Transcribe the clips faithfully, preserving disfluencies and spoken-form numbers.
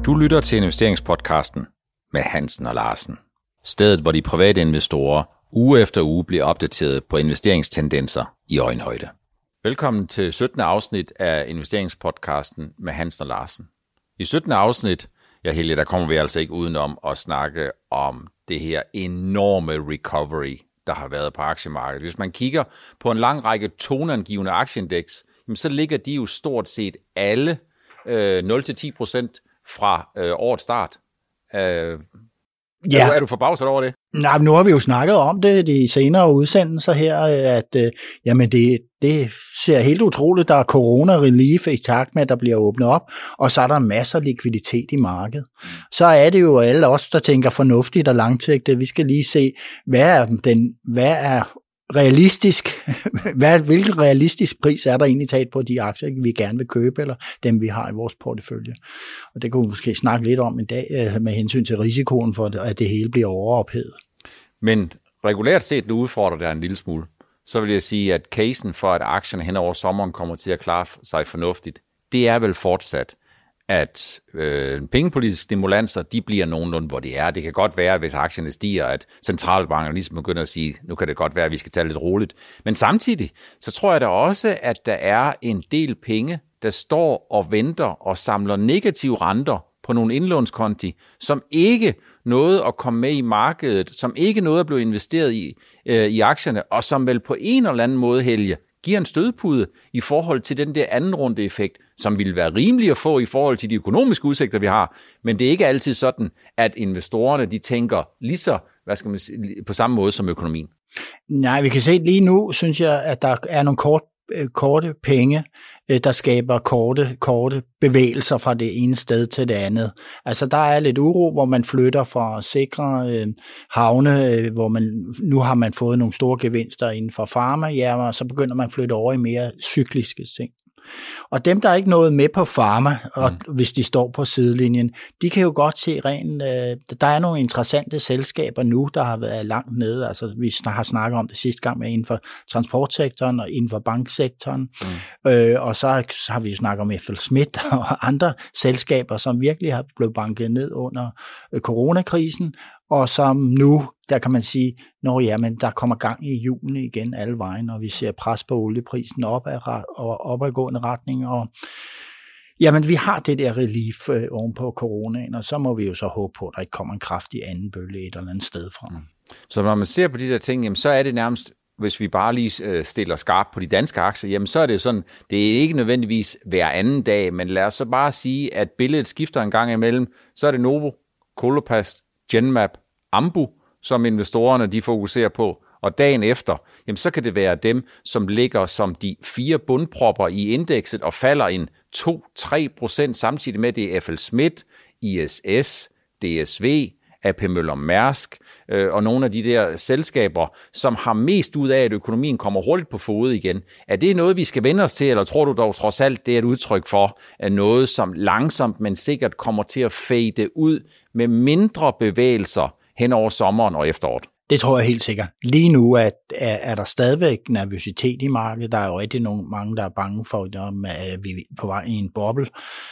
Du lytter til investeringspodcasten med Hansen og Larsen. Stedet, hvor de private investorer uge efter uge bliver opdateret på investeringstendenser i øjenhøjde. Velkommen til syttende afsnit af investeringspodcasten med Hansen og Larsen. I syttende afsnit, ja Helge, der kommer vi altså ikke udenom at snakke om det her enorme recovery, der har været på aktiemarkedet. Hvis man kigger på en lang række toneangivende aktieindeks, så ligger de jo stort set alle øh, nul til ti procent fra øh, årets start. Øh, ja. er, du, er du forbavset over det? Nej, men nu har vi jo snakket om det de senere udsendelser her, at øh, jamen det, det ser helt utroligt. Der er corona-relief i takt med, at der bliver åbnet op, og så er der masser af likviditet i markedet. Så er det jo alle os, der tænker fornuftigt og langsigtet. Vi skal lige se, hvad er, den, hvad er realistisk, hvad, hvilken realistisk pris er der egentlig taget på de aktier, vi gerne vil købe, eller dem, vi har i vores portefølje. Og det kunne vi måske snakke lidt om i dag, med hensyn til risikoen for, at det hele bliver overophedet. Men regulært set, nu udfordrer det en lille smule, så vil jeg sige, at casen for, at aktierne hen over sommeren kommer til at klare sig fornuftigt, det er vel fortsat, at øh, pengepolitiske stimulanser, de bliver nogenlunde, hvor de er. Det kan godt være, hvis aktierne stiger, at centralbanken ligesom begynder at sige, nu kan det godt være, at vi skal tage lidt roligt. Men samtidig, så tror jeg da også, at der er en del penge, der står og venter og samler negative renter på nogle indlånskonti, som ikke nåede at komme med i markedet, som ikke nåede at blive investeret i, øh, i aktierne, og som vel på en eller anden måde, Helge, giver en stødpude i forhold til den der anden runde effekt, som ville være rimelig at få i forhold til de økonomiske udsigter, vi har. Men det er ikke altid sådan, at investorerne de tænker lige så, hvad skal man sige, på samme måde som økonomien. Nej, vi kan se lige nu, synes jeg, at der er nogle kort, korte penge, der skaber korte, korte bevægelser fra det ene sted til det andet. Altså der er lidt uro, hvor man flytter fra sikre øh, havne, øh, hvor man nu har man fået nogle store gevinster inden for pharma, ja, og så begynder man at flytte over i mere cykliske ting. Og dem, der er ikke nået med på pharma, og mm. hvis de står på sidelinjen, de kan jo godt se rent, øh, der er nogle interessante selskaber nu, der har været langt nede. Altså vi har snakket om det sidste gang med inden for transportsektoren og inden for banksektoren. Mm. Øh, og så har vi jo snakket om FLSmidth og andre selskaber, som virkelig har blevet banket ned under øh, coronakrisen, og som nu, der kan man sige, nå ja, men der kommer gang i hjulene igen alle vejen, og vi ser pres på olieprisen op ad, og opadgående retning, og jamen vi har det der relief øh, oven på coronaen, og så må vi jo så håbe på, at der ikke kommer en kraftig anden bølge et eller andet sted fra. Mm. Så når man ser på de der ting, jamen, så er det nærmest, hvis vi bare lige stiller skarpt på de danske aktier, jamen så er det jo sådan, det er ikke nødvendigvis hver anden dag, men lad os så bare sige, at billedet skifter en gang imellem, så er det Novo, Coloplast, Genmab, Ambu, som investorerne de fokuserer på, og dagen efter, jamen så kan det være dem, som ligger som de fire bundpropper i indekset og falder en to til tre procent samtidig med det er FLSmidth, I S S, D S V, A P Møller Mærsk øh, og nogle af de der selskaber, som har mest ud af, at økonomien kommer hurtigt på fod igen. Er det noget, vi skal vende os til, eller tror du dog trods alt, det er et udtryk for at noget, som langsomt, men sikkert kommer til at fade ud med mindre bevægelser hen over sommeren og efteråret? Det tror jeg helt sikkert. Lige nu er, er, er der stadigvæk nervøsitet i markedet. Der er jo rigtig nogle, mange, der er bange for, at vi er på vej i en boble.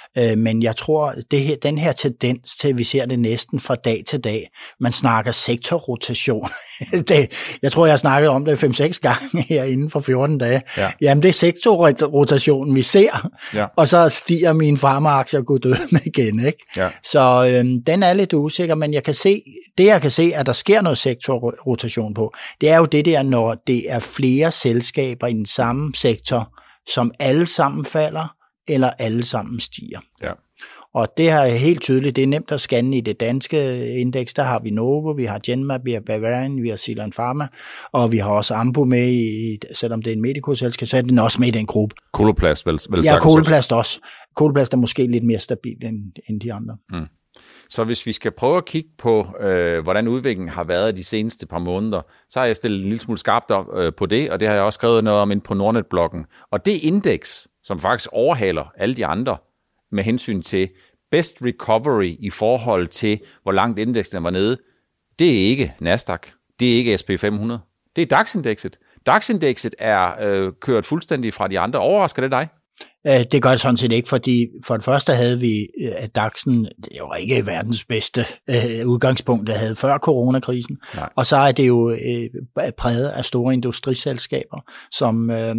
Men jeg tror, det her, den her tendens til, at vi ser det næsten fra dag til dag, man snakker sektorrotation. det, jeg tror, jeg har snakket om det fem seks gange her inden for fjorten dage. Ja. Jamen, det er sektorrotationen, vi ser, ja. Og så stiger mine pharmaaktier og går død med igen. Ikke? Ja. Så øhm, den er lidt usikker, men jeg kan se, det jeg kan se, at der sker noget sektorrotation på, det er jo det der, når det er flere selskaber i den samme sektor, som alle sammen falder, eller alle sammen stiger. Ja. Og det her er helt tydeligt, det er nemt at scanne i det danske indeks. Der har vi Novo, vi har Genmab, vi har Bavarian, vi har Zealand Pharma, og vi har også Ambu med, i, selvom det er en medicoselskab, så er den også med i den gruppe. Coloplast, vel, vel ja, Coloplast også. Coloplast er måske lidt mere stabil end, end de andre. Mm. Så hvis vi skal prøve at kigge på, øh, hvordan udviklingen har været de seneste par måneder, så har jeg stillet en lille smule skarpt op øh, på det, og det har jeg også skrevet noget om inde på Nordnet-bloggen. Og det indeks, som faktisk overhaler alle de andre med hensyn til best recovery i forhold til, hvor langt indeksen var nede, det er ikke Nasdaq, det er ikke S and P fem hundrede, det er DAX-indekset. DAX-indekset er øh, kørt fuldstændig fra de andre. Overrasker det dig? Det gør det sådan set ikke, fordi for det første havde vi, at DAX'en, det var ikke verdens bedste øh, udgangspunkt, det havde før coronakrisen, Nej. og så er det jo øh, præget af store industriselskaber, som, øh,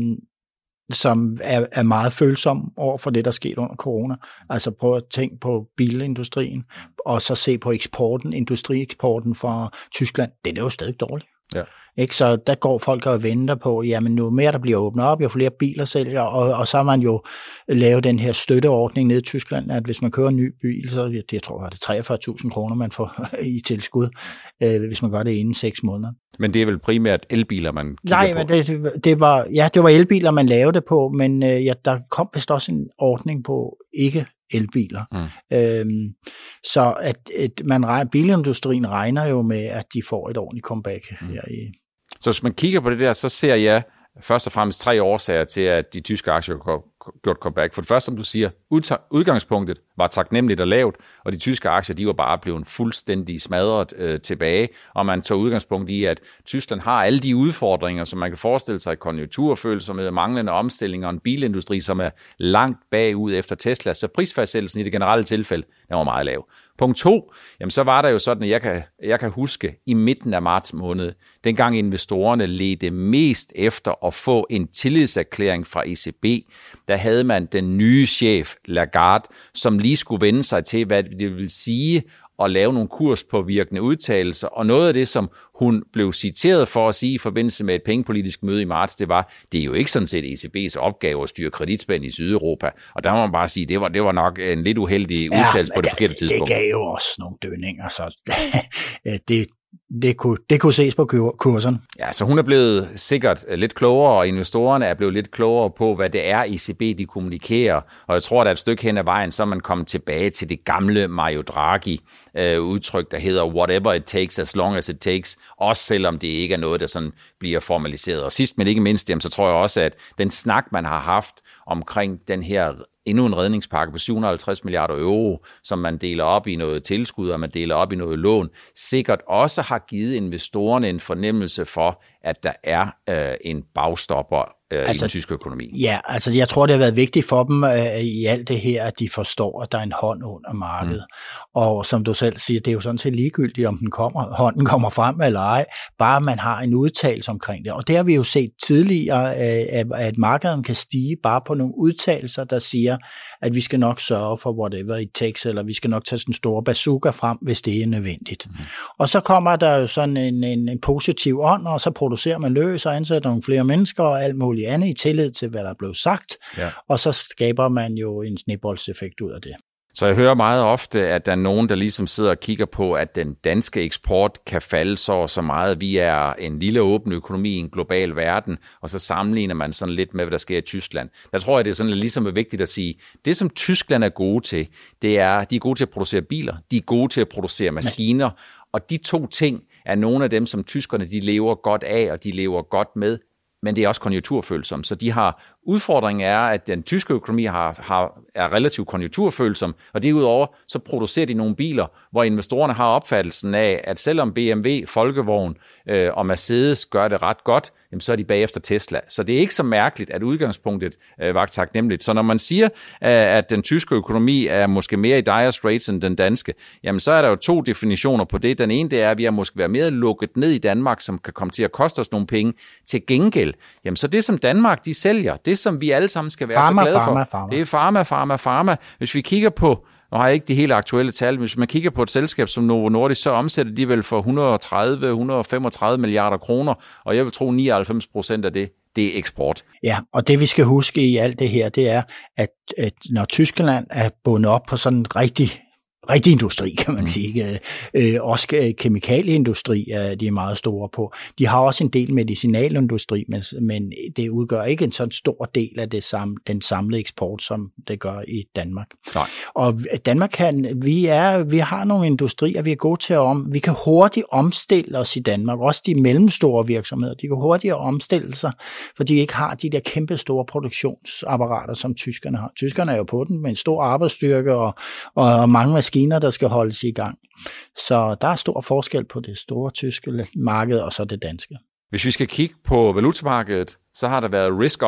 som er, er meget følsomme over for det, der skete under corona. Altså prøv at tænke på bilindustrien, og så se på eksporten, industrieksporten fra Tyskland, det er jo stadig dårligt. Ja. Ikke? Så der går folk og venter på, jamen nu mere der bliver åbnet op, jo flere biler sælger, og, og så har man jo lavet den her støtteordning nede i Tyskland, at hvis man kører en ny bil, så det, jeg tror, det er treogfyrre tusind kroner, man får i tilskud, øh, hvis man gør det inden seks måneder. Men det er vel primært elbiler, man kigger Nej, på? Nej, men det, det var, ja, det var elbiler, man lavede det på, men øh, ja, der kom vist også en ordning på ikke elbiler. Mm. Øhm, så at, at man regner, bilindustrien regner jo med, at de får et ordentligt comeback mm. her i. Så hvis man kigger på det der, så ser jeg først og fremmest tre årsager til, at de tyske aktier har gjort comeback. For det første, som du siger, udgangspunktet var taknemmeligt og lavt, og de tyske aktier, de var bare blevet fuldstændig smadret øh, tilbage, og man tog udgangspunkt i, at Tyskland har alle de udfordringer, som man kan forestille sig, konjunkturfølelse med manglende omstilling og en bilindustri, som er langt bagud efter Tesla, så prisfastsættelsen i det generelle tilfælde, den var meget lav. Punkt to, jamen så var der jo sådan, at jeg kan, jeg kan huske i midten af marts måned, dengang investorerne ledte mest efter at få en tillidserklæring fra E C B, der havde man den nye chef, Lagarde, som lige skulle vende sig til, hvad det vil sige at lave nogle kurspåvirkende udtalelser, og noget af det, som hun blev citeret for at sige i forbindelse med et pengepolitisk møde i marts, det var, det er jo ikke sådan set E C B's opgave at styre kreditspænd i Sydeuropa, og der må man bare sige, det var, det var nok en lidt uheldig udtalelse ja, på det, det forkerte tidspunkt. Det gav jo også nogle dønninger, så det Det kunne, det kunne ses på kurserne. Ja, så hun er blevet sikkert lidt klogere, og investorerne er blevet lidt klogere på, hvad det er, E C B de kommunikerer. Og jeg tror, at et stykke hen ad vejen, så er man kommet tilbage til det gamle Mario Draghi øh, udtryk, der hedder whatever it takes, as long as it takes, også selvom det ikke er noget, der sådan bliver formaliseret. Og sidst, men ikke mindst, jamen, så tror jeg også, at den snak, man har haft omkring den her endnu en redningspakke på syv hundrede og halvtreds milliarder euro, som man deler op i noget tilskud, og man deler op i noget lån, sikkert også har givet investorerne en fornemmelse for, at der er øh, en bagstopper øh, altså, i den tyske økonomi. Ja, altså jeg tror, det har været vigtigt for dem øh, i alt det her, at de forstår, at der er en hånd under markedet. Mm. Og som du selv siger, det er jo sådan set ligegyldigt, om den kommer, hånden kommer frem eller ej, bare man har en udtalelse omkring det. Og det har vi jo set tidligere, øh, at markedet kan stige bare på nogle udtalelser, der siger, at vi skal nok sørge for whatever it takes, eller vi skal nok tage den store bazooka frem, hvis det er nødvendigt. Mm. Og så kommer der jo sådan en, en, en positiv ånd, og så producerer man løs og ansætter nogle flere mennesker og alt muligt andet i tillid til, hvad der er blevet sagt, ja. Og så skaber man jo en snibboldseffekt ud af det. Så jeg hører meget ofte, at der er nogen, der ligesom sidder og kigger på, at den danske eksport kan falde så og så meget. Vi er en lille åben økonomi i en global verden, og så sammenligner man sådan lidt med, hvad der sker i Tyskland. Der tror jeg, det er sådan ligesom vigtigt at sige, det som Tyskland er gode til, det er, de er gode til at producere biler, de er gode til at producere maskiner, og de to ting er nogle af dem, som tyskerne de lever godt af, og de lever godt med. Men det er også konjunkturfølsom, så de har udfordringen er, at den tyske økonomi har, har, er relativt konjunkturfølsom, og derudover så producerer de nogle biler, hvor investorerne har opfattelsen af, at selvom B M W, Folkevogn øh, og Mercedes gør det ret godt, jamen, så er de bagefter Tesla. Så det er ikke så mærkeligt, at udgangspunktet øh, var taknemmeligt. Så når man siger, øh, at den tyske økonomi er måske mere i dire straits end den danske, jamen så er der jo to definitioner på det. Den ene det er, at vi har måske været mere lukket ned i Danmark, som kan komme til at koste os nogle penge. Til gengæld, jamen så det som Danmark de sælger, det som vi alle sammen skal være pharma, så glade pharma, for, pharma. det er pharma, pharma, pharma. Hvis vi kigger på, nu har jeg ikke de helt aktuelle tal, men hvis man kigger på et selskab som Novo Nordisk, så omsætter de vel for et hundrede og tredive til et hundrede og femogtredive milliarder kroner, og jeg vil tro nioghalvfems procent af det, det er eksport. Ja, og det vi skal huske i alt det her, det er, at, at når Tyskland er bundet op på sådan en rigtig rigtig industri, kan man sige. Øh, også kemikalieindustri er de meget store på. De har også en del medicinalindustri, men, men det udgør ikke en sådan stor del af det samme, den samlede eksport, som det gør i Danmark. Nej. Og Danmark kan, vi, er, vi har nogle industrier, vi er gode til at om, vi kan hurtigt omstille os i Danmark, også de mellemstore virksomheder, de kan hurtigt omstille sig, fordi de ikke har de der kæmpe store produktionsapparater, som tyskerne har. Tyskerne er jo på den med en stor arbejdsstyrke og, og mange maskiner, der skal holdes i gang. Så der er stor forskel på det store tyske marked og så det danske. Hvis vi skal kigge på valutamarkedet, så har der været risk on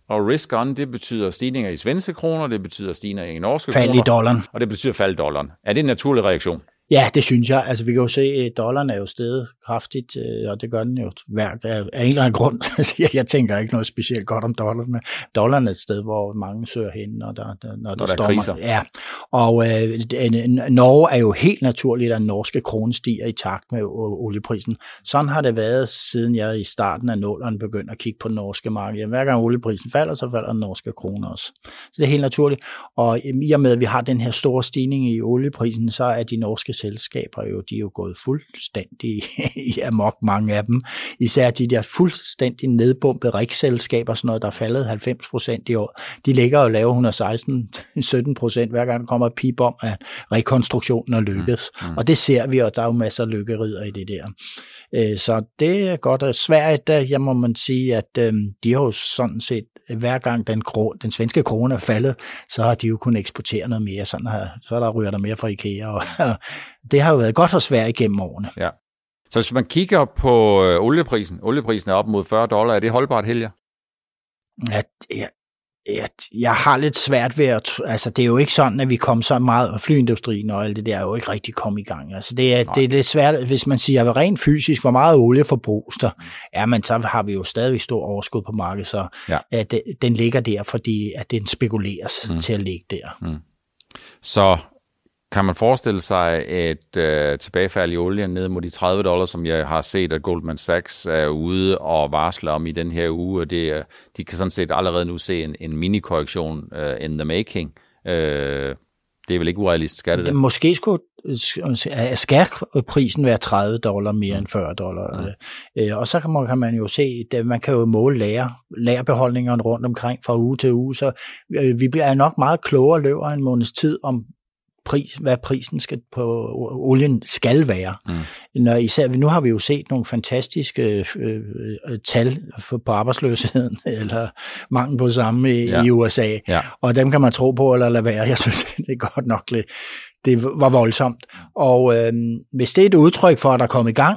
Og risk on, det betyder stigninger i svenske kroner, det betyder stigninger i norske fald kroner. i dollaren. Og det betyder fald i dollaren. Er det en naturlig reaktion? Ja, det synes jeg. Altså, vi kan jo se, at dollaren er jo steget kraftigt, og det gør den jo hver af en eller anden grund. Jeg tænker ikke noget specielt godt om dollaren, men dollaren er et sted, hvor mange søger hen, når der, når når der, der stormer. kriser. Ja, og øh, Norge er jo helt naturligt, at den norske krone stiger i takt med olieprisen. Sådan har det været, siden jeg i starten af nullerne begyndte at kigge på den norske marked. Hver gang olieprisen falder, så falder den norske krone også. Så det er helt naturligt. Og i og med, at vi har den her store stigning i olieprisen, så er de norske selskaber jo, de er jo gået fuldstændig i amok, mange af dem. Især de der fuldstændig nedbumpede rigsselskaber, sådan noget, der er faldet halvfems procent i år. De ligger og laver et hundrede og seksten til sytten procent, hver gang der kommer et pip om, at rekonstruktionen er lykkes. Mm. Mm. Og det ser vi, og der er jo masser af lykkerider i det der. Så det er godt. Og Sverige, der jeg må man sige, at de har jo sådan set, hver gang den, krone, den svenske krone er faldet, så har de jo kunnet eksportere noget mere. Sådan her, så er der ryger der mere fra IKEA. Og det har jo været godt for Sverige gennem årene. Ja. Så hvis man kigger på olieprisen, olieprisen er op mod fyrre dollar, er det holdbart, Helge? Ja, ja. Jeg, jeg har lidt svært ved at, altså det er jo ikke sådan, at vi kom så meget, flyindustrien og alt det der er jo ikke rigtig kommet i gang. Altså det er, det er lidt svært, hvis man siger, at rent fysisk, hvor meget olie forbruges der, mm. ja, men så har vi jo stadig stor overskud på markedet, så ja. at den ligger der, fordi at den spekuleres mm. til at ligge der. Mm. Så kan man forestille sig et øh, tilbagefald i olien ned mod de tredive dollar, som jeg har set, at Goldman Sachs er ude og varsler om i den her uge. Det, de kan sådan set allerede nu se en, en mini-korrektion uh, in the making. Uh, det er vel ikke urealistisk, er det det? Måske skulle skal prisen være tredive dollar mere mm. end fyrre dollar. Mm. Og så kan man, kan man jo se, at man kan jo måle lager, lagerbeholdningerne rundt omkring fra uge til uge, så vi bliver nok meget klogere løber en måneds tid om pris, hvad prisen skal på olien skal være. Mm. Når især, nu har vi jo set nogle fantastiske øh, øh, tal for, på arbejdsløsheden, eller mangel på samme i, ja. i U S A, ja. og dem kan man tro på eller lade være. Jeg synes, det er godt nok lidt. Det var voldsomt. Og øh, hvis det er et udtryk for, at der kommer i gang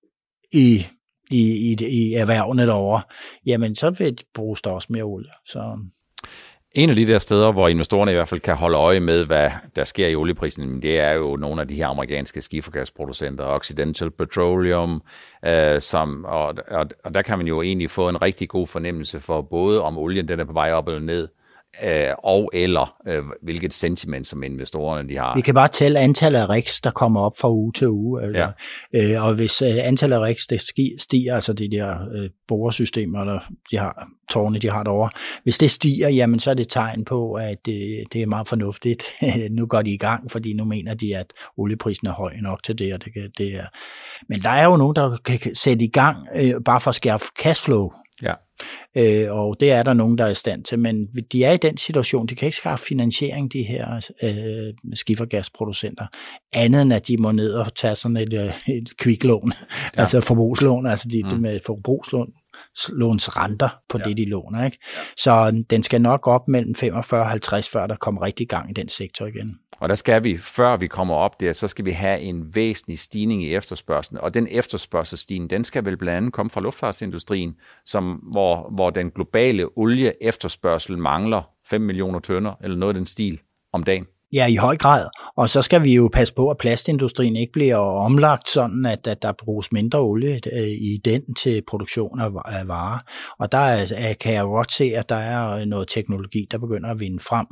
i, i, i, i erhvervene derovre, jamen så vil det bruges der også mere olie. Så en af de der steder, hvor investorerne i hvert fald kan holde øje med, hvad der sker i olieprisen, det er jo nogle af de her amerikanske skifergasproducenter, Occidental Petroleum, øh, som, og, og, og der kan man jo egentlig få en rigtig god fornemmelse for både om olien den er på vej op eller ned, øh, og eller øh, hvilket sentiment som investorerne de har. Vi kan bare tælle antallet af rigs, der kommer op fra uge til uge. Eller, ja. øh, og hvis øh, antallet af rigs det stiger, altså de der øh, boresystemer, eller de har tårne, de har derovre, hvis det stiger, jamen så er det tegn på, at det, det er meget fornuftigt. Nu går de i gang, fordi nu mener de, at olieprisen er høj nok til det, og det, det er. Men der er jo nogen, der kan sætte i gang, øh, bare for at skærpe cashflow. Ja. Øh, og det er der nogen, der er i stand til, men de er i den situation, de kan ikke skaffe finansiering, de her øh, skifergasproducenter, andet end at de må ned og tage sådan et, et kviklån, ja. altså forbrugslån, altså de, mm. de med forbrugslån, låns renter på ja. det, de låner. Ikke? Ja. Så den skal nok op mellem femogfyrre og halvtreds, før der kommer rigtig gang i den sektor igen. Og der skal vi, før vi kommer op der, så skal vi have en væsentlig stigning i efterspørgslen. Og den efterspørgselsstigning, den skal vel blandt andet komme fra luftfartsindustrien, som, hvor, hvor den globale olieefterspørgsel mangler fem millioner tønder, eller noget af den stil om dagen. Ja, i høj grad. Og så skal vi jo passe på, at plastindustrien ikke bliver omlagt sådan, at, at der bruges mindre olie i den til produktion af varer. Og der er, kan jeg godt se, at der er noget teknologi, der begynder at vinde frem.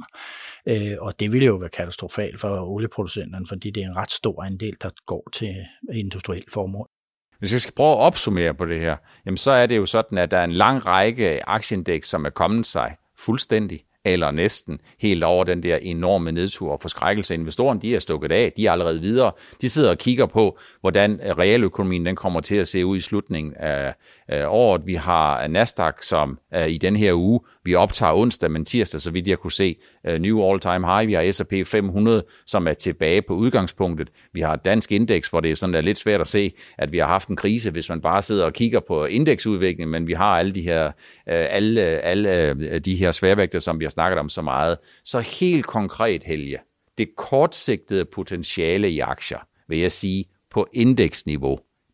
Og det ville jo være katastrofalt for olieproducenterne, fordi det er en ret stor andel, der går til industrielt formål. Hvis jeg skal prøve at opsummere på det her, jamen så er det jo sådan, at der er en lang række aktieindeks, som er kommet sig fuldstændig eller næsten helt over den der enorme nedtur og forskrækkelse. Investorerne, de er stukket af, de er allerede videre. De sidder og kigger på, hvordan realøkonomien den kommer til at se ud i slutningen af, af året. Vi har Nasdaq, som er i den her uge, vi optager onsdag, men tirsdag, så vidt jeg kunne se, new all-time high. Vi har S og P fem hundrede, som er tilbage på udgangspunktet. Vi har et dansk indeks, hvor det er sådan der lidt svært at se, at vi har haft en krise, hvis man bare sidder og kigger på indeksudviklingen, men vi har alle de her, alle, alle de her sværvægter, som vi har snakket om så meget. Så helt konkret, Helge, det kortsigtede potentiale i aktier, vil jeg sige, på indeksniveau,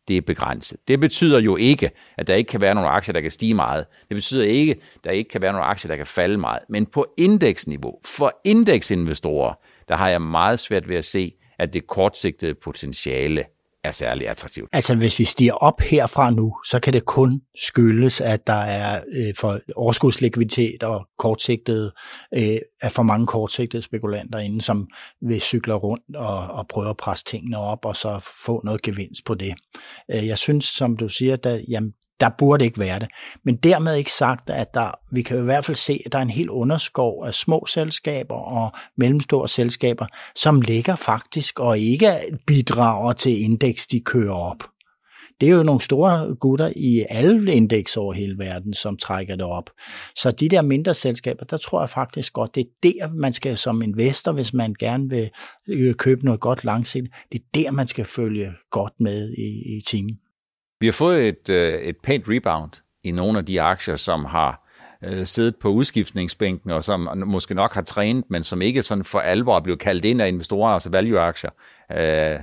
det er begrænset. Det betyder jo ikke, at der ikke kan være nogle aktier, der kan stige meget. Det betyder ikke, at der ikke kan være nogle aktier, der kan falde meget. Men på indeksniveau, for indeksinvestorer, der har jeg meget svært ved at se, at det kortsigtede potentiale er særlig attraktivt. Altså hvis vi stiger op herfra nu, så kan det kun skyldes, at der er øh, for overskudslikviditet og kortsigtede, øh, er for mange kortsigtede spekulanter inde, som vil cykle rundt og, og prøve at presse tingene op, og så få noget gevinst på det. Øh, jeg synes, som du siger, der, jamen, der burde ikke være det. Men dermed ikke sagt, at der, vi kan i hvert fald se, at der er en helt underskov af små selskaber og mellemstore selskaber, som ligger faktisk og ikke bidrager til indeks, de kører op. Det er jo nogle store gutter i alle indeks over hele verden, som trækker det op. Så de der mindre selskaber, der tror jeg faktisk godt, det er der, man skal som investor, hvis man gerne vil købe noget godt langsigtet, det er der, man skal følge godt med i, i teamet. Vi har fået et, et pænt rebound i nogle af de aktier, som har øh, siddet på udskiftningsbænken, og som måske nok har trænet, men som ikke sådan for alvor er blevet kaldt ind af investorer, altså value-aktier. Uh,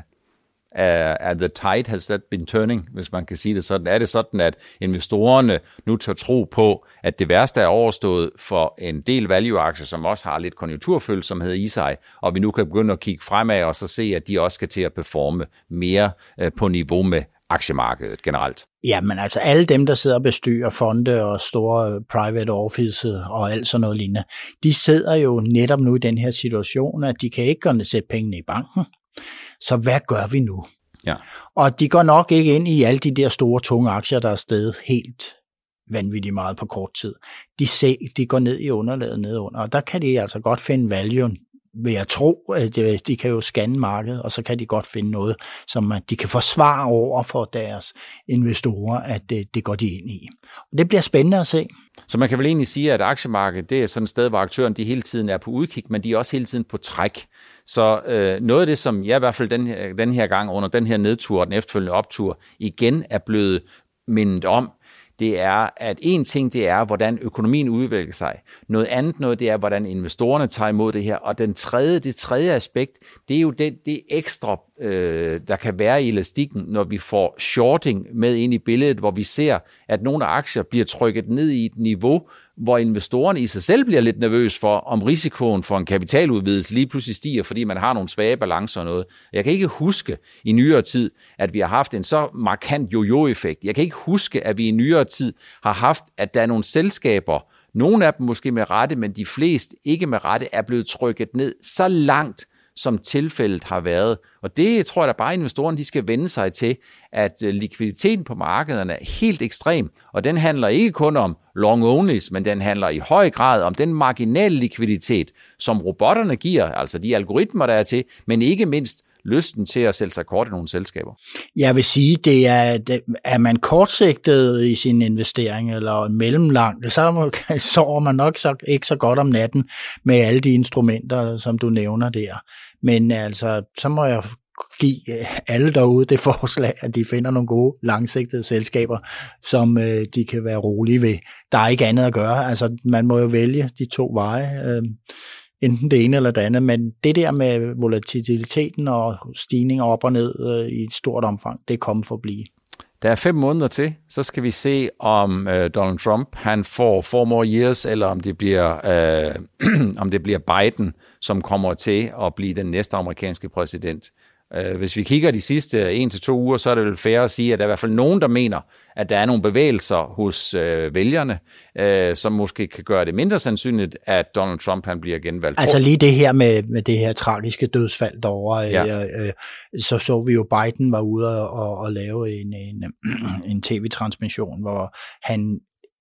uh, the tide has that been turning, hvis man kan sige det sådan. Er det sådan, at investorerne nu tør tro på, at det værste er overstået for en del value-aktier, som også har lidt konjunkturfølsomhed i sig, og vi nu kan begynde at kigge fremad og så se, at de også skal til at performe mere uh, på niveau med aktiemarkedet generelt? Ja, men altså alle dem, der sidder og bestyrer fonde og store private office og alt sådan noget lignende, de sidder jo netop nu i den her situation, at de kan ikke gøre sætte pengene i banken. Så hvad gør vi nu? Ja. Og de går nok ikke ind i alle de der store, tunge aktier, der er steget helt vanvittigt meget på kort tid. De, se, de går ned i underlaget nedunder, og der kan de altså godt finde valuen, vil jeg tro, at de kan jo scanne markedet, og så kan de godt finde noget, som man, de kan forsvare over for deres investorer, at det, det går de ind i. Og det bliver spændende at se. Så man kan vel egentlig sige, at aktiemarkedet, det er sådan et sted, hvor aktørerne de hele tiden er på udkig, men de er også hele tiden på træk. Så øh, noget af det, som jeg i hvert fald den her, den her gang under den her nedtur og den efterfølgende optur, igen er blevet mindet om, det er, at en ting, det er, hvordan økonomien udvikler sig. Noget andet noget, det er, hvordan investorerne tager imod det her. Og den tredje, det tredje aspekt, det er jo det, det ekstra, øh, der kan være i elastikken, når vi får shorting med ind i billedet, hvor vi ser, at nogle aktier bliver trykket ned i et niveau, hvor investorerne i sig selv bliver lidt nervøs for, om risikoen for en kapitaludvidelse lige pludselig stiger, fordi man har nogle svage balancer og noget. Jeg kan ikke huske i nyere tid, at vi har haft en så markant jojo-effekt. Jeg kan ikke huske, at vi i nyere tid har haft, at der er nogle selskaber, nogle af dem måske med rette, men de fleste ikke med rette, er blevet trykket ned så langt, som tilfældet har været. Og det tror jeg da bare, investorerne de skal vende sig til, at likviditeten på markederne er helt ekstrem, og den handler ikke kun om long onlys, men den handler i høj grad om den marginale likviditet, som robotterne giver, altså de algoritmer, der er til, men ikke mindst lysten til at sælge sig kort i nogle selskaber. Jeg vil sige, det er, er man kortsigtet i sin investering, eller mellemlang, så sover man nok så, ikke så godt om natten med alle de instrumenter, som du nævner der. Men altså, så må jeg give alle derude det forslag, at de finder nogle gode, langsigtede selskaber, som øh, de kan være rolige ved. Der er ikke andet at gøre. Altså, man må jo vælge de to veje. Øh, enten det ene eller det andet, men det der med volatiliteten og stigninger op og ned øh, i et stort omfang, det er kommet for at blive. Der er fem måneder til, så skal vi se, om øh, Donald Trump han får four more years, eller om det bliver øh, om det bliver Biden, som kommer til at blive den næste amerikanske præsident. Hvis vi kigger de sidste en til to uger, så er det vel fair at sige, at der er i hvert fald nogen, der mener, at der er nogle bevægelser hos øh, vælgerne, øh, som måske kan gøre det mindre sandsynligt, at Donald Trump han bliver genvalgt. Altså lige det her med, med det her tragiske dødsfald derovre, ja. øh, øh, så så vi jo, Biden var ude og, og lave en, en, en tv-transmission, hvor han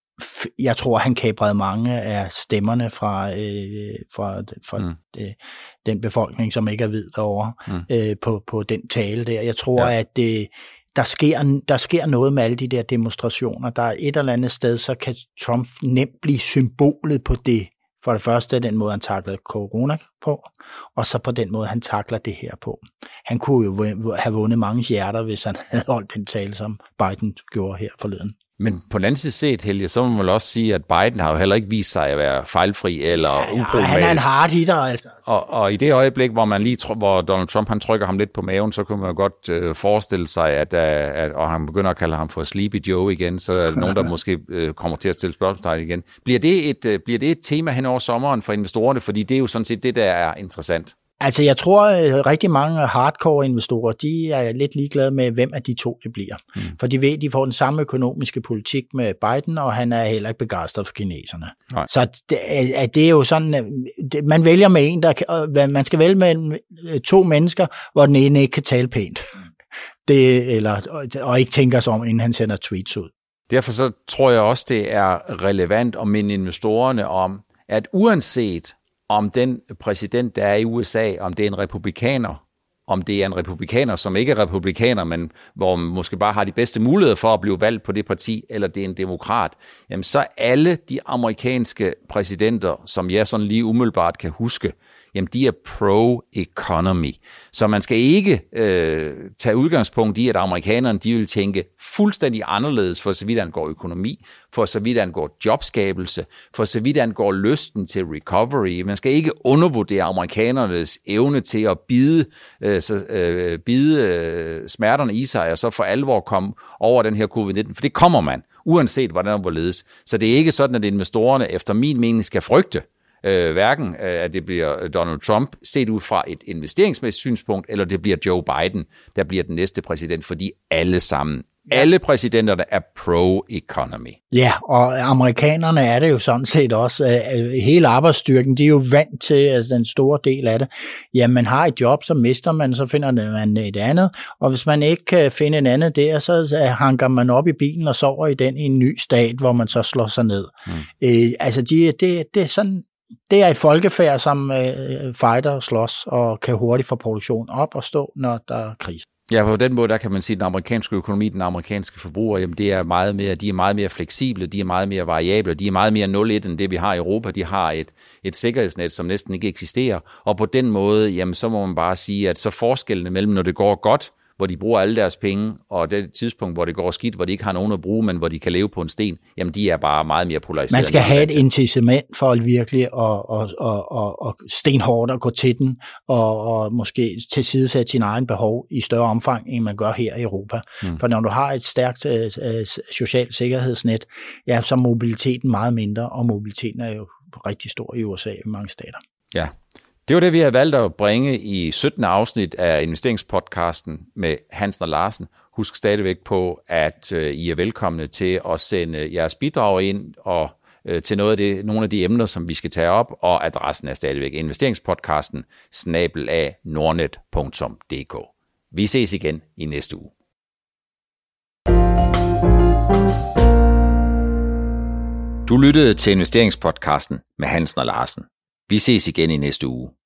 jeg tror, han kabrede mange af stemmerne fra, øh, fra, fra mm. det, den befolkning, som ikke er hvid derovre, mm. øh, på, på den tale der. Jeg tror, ja. at det, der, sker, der sker noget med alle de der demonstrationer. Der er et eller andet sted, så kan Trump nemt blive symbolet på det. For det første den måde, han taklede corona på, og så på den måde, han takler det her på. Han kunne jo have vundet mange hjerter, hvis han havde holdt den tale, som Biden gjorde her forleden. Men på den anden side set, Helge, så må man også sige, at Biden har jo heller ikke vist sig at være fejlfri eller ja, uproblematisk. Han er en hard hitter, altså. Og, og i det øjeblik, hvor man lige tr- hvor Donald Trump han trykker ham lidt på maven, så kunne man jo godt øh, forestille sig, at, at, og han begynder at kalde ham for Sleepy Joe igen, så er der nogen, der måske øh, kommer til at stille spørgsmålstegn igen. Bliver det, et, øh, bliver det et tema hen over sommeren for investorerne? Fordi det er jo sådan set det, der er interessant. Altså, jeg tror, at rigtig mange hardcore-investorer, de er lidt ligeglade med, hvem af de to det bliver. Mm. For de ved, at de får den samme økonomiske politik med Biden, og han er heller ikke begejstret for kineserne. Nej. Så det, det er jo sådan, man vælger med en, der man skal vælge med to mennesker, hvor den ene ikke kan tale pænt. Det, eller, og ikke tænker sig om, inden han sender tweets ud. Derfor så tror jeg også, det er relevant at minde investorerne om, at uanset om den præsident, der er i U S A, om det er en republikaner, om det er en republikaner, som ikke er republikaner, men hvor man måske bare har de bedste muligheder for at blive valgt på det parti, eller det er en demokrat, jamen så alle de amerikanske præsidenter, som jeg sådan lige umiddelbart kan huske, jamen de er pro-economy. Så man skal ikke øh, tage udgangspunkt i, at amerikanerne de vil tænke fuldstændig anderledes for så vidt angår økonomi, for så vidt angår jobskabelse, for så vidt angår lysten til recovery. Man skal ikke undervurdere amerikanernes evne til at bide, øh, så, øh, bide øh, smerterne i sig, og så for alvor komme over den her covid nitten, for det kommer man, uanset hvordan og hvorledes. Så det er ikke sådan, at investorerne efter min mening skal frygte, Øh, hverken øh, at det bliver Donald Trump set ud fra et investeringsmæssigt synspunkt, eller det bliver Joe Biden, der bliver den næste præsident, fordi alle sammen, alle præsidenterne er pro-economy. Ja, og amerikanerne er det jo sådan set også. Øh, hele arbejdsstyrken, de er jo vant til, altså den store del af det. Ja, man har et job, så mister man, så finder man et andet, og hvis man ikke kan finde en andet der, så hanker man op i bilen og sover i den i en ny stat, hvor man så slår sig ned. Mm. Øh, altså, de, det, det er sådan. Det er et folkefærd, som øh, fighter og slås og kan hurtigt få produktion op og stå, når der er krise. Ja, på den måde, der kan man sige, at den amerikanske økonomi, den amerikanske forbruger, jamen det er meget mere, de er meget mere fleksible, de er meget mere variable, de er meget mere nul et end det, vi har i Europa. De har et, et sikkerhedsnet, som næsten ikke eksisterer, og på den måde, jamen så må man bare sige, at så forskellene mellem, når det går godt, hvor de bruger alle deres penge, og det tidspunkt, hvor det går skidt, hvor de ikke har nogen at bruge, men hvor de kan leve på en sten, jamen de er bare meget mere polariseret. Man skal have et incitament for at virkelig og, og, og, og, og stenhårdt at gå til den, og, og måske tilsidesætte sin egen behov i større omfang, end man gør her i Europa. Mm. For når du har et stærkt øh, socialt sikkerhedsnet, ja, så er mobiliteten meget mindre, og mobiliteten er jo rigtig stor i U S A i mange stater. Ja. Det var det, vi har valgt at bringe i syttende afsnit af investeringspodcasten med Hansen og Larsen. Husk stadigvæk på, at øh, I er velkomne til at sende jeres bidrag ind og øh, til noget af det, nogle af de emner, som vi skal tage op, og adressen er stadigvæk investeringspodcasten snabel-a nordnet punktum d k. Vi ses igen i næste uge. Du lyttede til investeringspodcasten med Hansen og Larsen. Vi ses igen i næste uge.